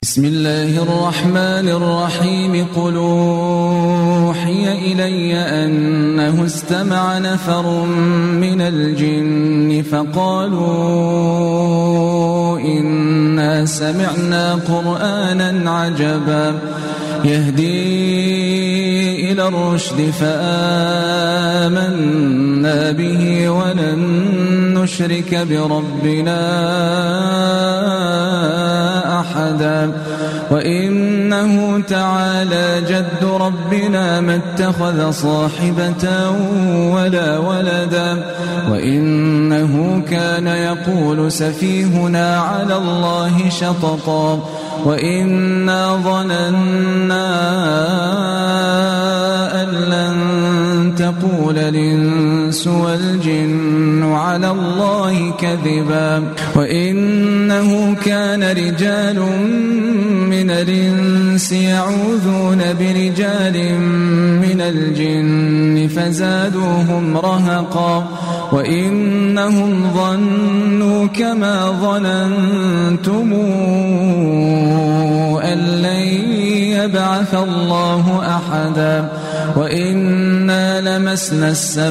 بسم الله الرحمن الرحيم قل أوحي إلي أنه استمع نفر من الجن فقالوا إنا سمعنا قرآنا عجبا يهدي إلى الرشد فآمنا به ولن نشرك بربنا أحدا وإنه تعالى جد ربنا ما اتخذ صاحبة ولا ولدا وإنه كان يقول سفيهنا على الله شططا وإنا ظننا أن لن تقول الإنس والجن على الله كذبا وإنه كان رجال من الإنس يعوذون برجال من الجن فزادوهم رهقا وإنهم ظنوا كما ظننتم أن لن يبعث الله أحدا وإنا لمسنا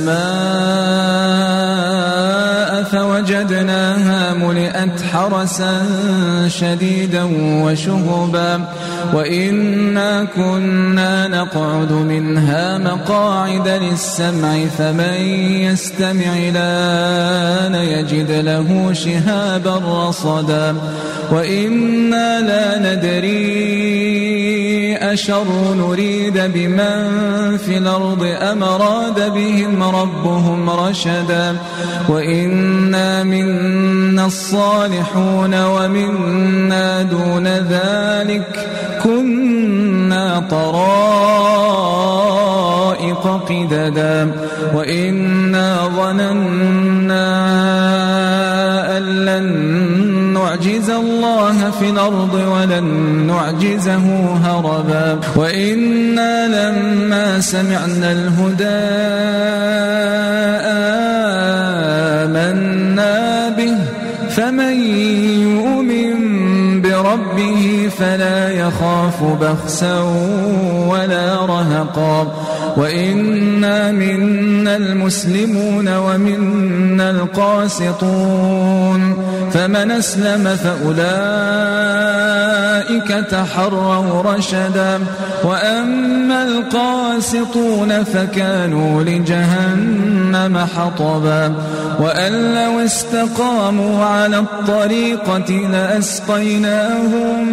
السماء فوجدناها ملئت حرسا شديدا وشهبا وإنا كنا نقعد منها مقاعد للسمع فمن يستمع الآن يجد له شهابا رصدا وإنا لا ندري أشر نريد بمن في الأرض أم أراد بهم ربهم رشدا وإنا منا الصالحون ومنا دون ذلك كنا طرائق قددا وإنا ظننا أن لن نعجز الله في الأرض ولن نعجزه هربا وإنا لما سمعنا الهدى آمنا به فمن يؤمن بربه فلا يخاف بخسا ولا رهقا وإنا منا المسلمون ومنا القاسطون فمن أسلم فأولئك تحروا رشدا وأما القاسطون فكانوا لجهنم حطبا وأن لو استقاموا على الطريقة لأسقيناهم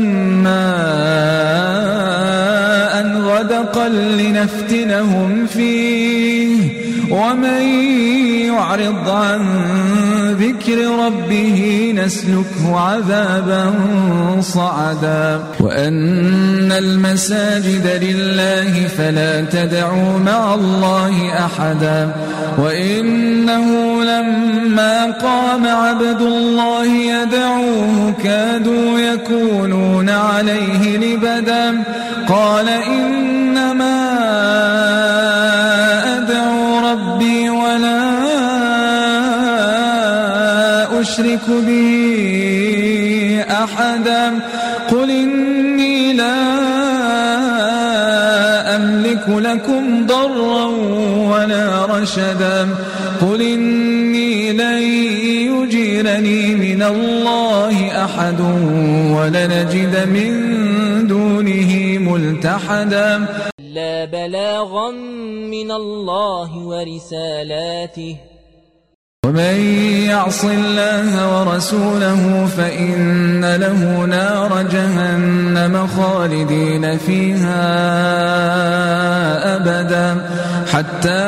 ماء غدقا لنفتنهم فيه ومن يعرض عن ذكر ربه نسلكه عذابا صعدا وأن المساجد لله فلا تدعوا مع الله أحدا وإنه لما قام عبد الله يدعوه كادوا يكونون عليه لبدا قال إنما أدعو ربي ولا أشرك به أحدا قل إني لا أملك لكم ضرا ولا رشدا قل إني لن يجيرني من الله أحد ولنجد من دونه ملتحدا لا بلاغا من الله ورسالاته ومن يعص الله ورسوله فإن له نار جهنم خالدين فيها أبدا حتى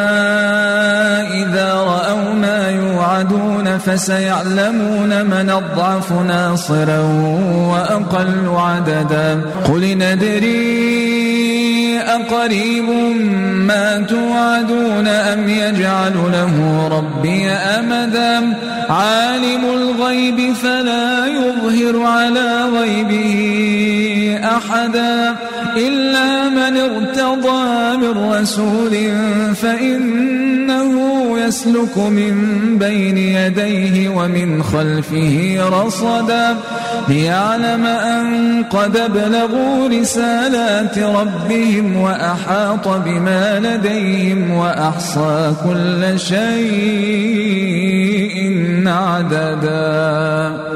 إذا رأوا ما يوعدون فسيعلمون من أضعف ناصرا وأقل عددا قل ندري أقريب ما توعدون أم يجعل له ربي أمدا عالم الغيب فلا يظهر على غيبه أحدا إلا من ارتضى من رسول فإنه يسلك من بين يديه ومن خلفه رصدا ليعلم أن قد ابلغوا رسالات ربهم وأحاط بما لديهم وأحصى كل شيء عددا.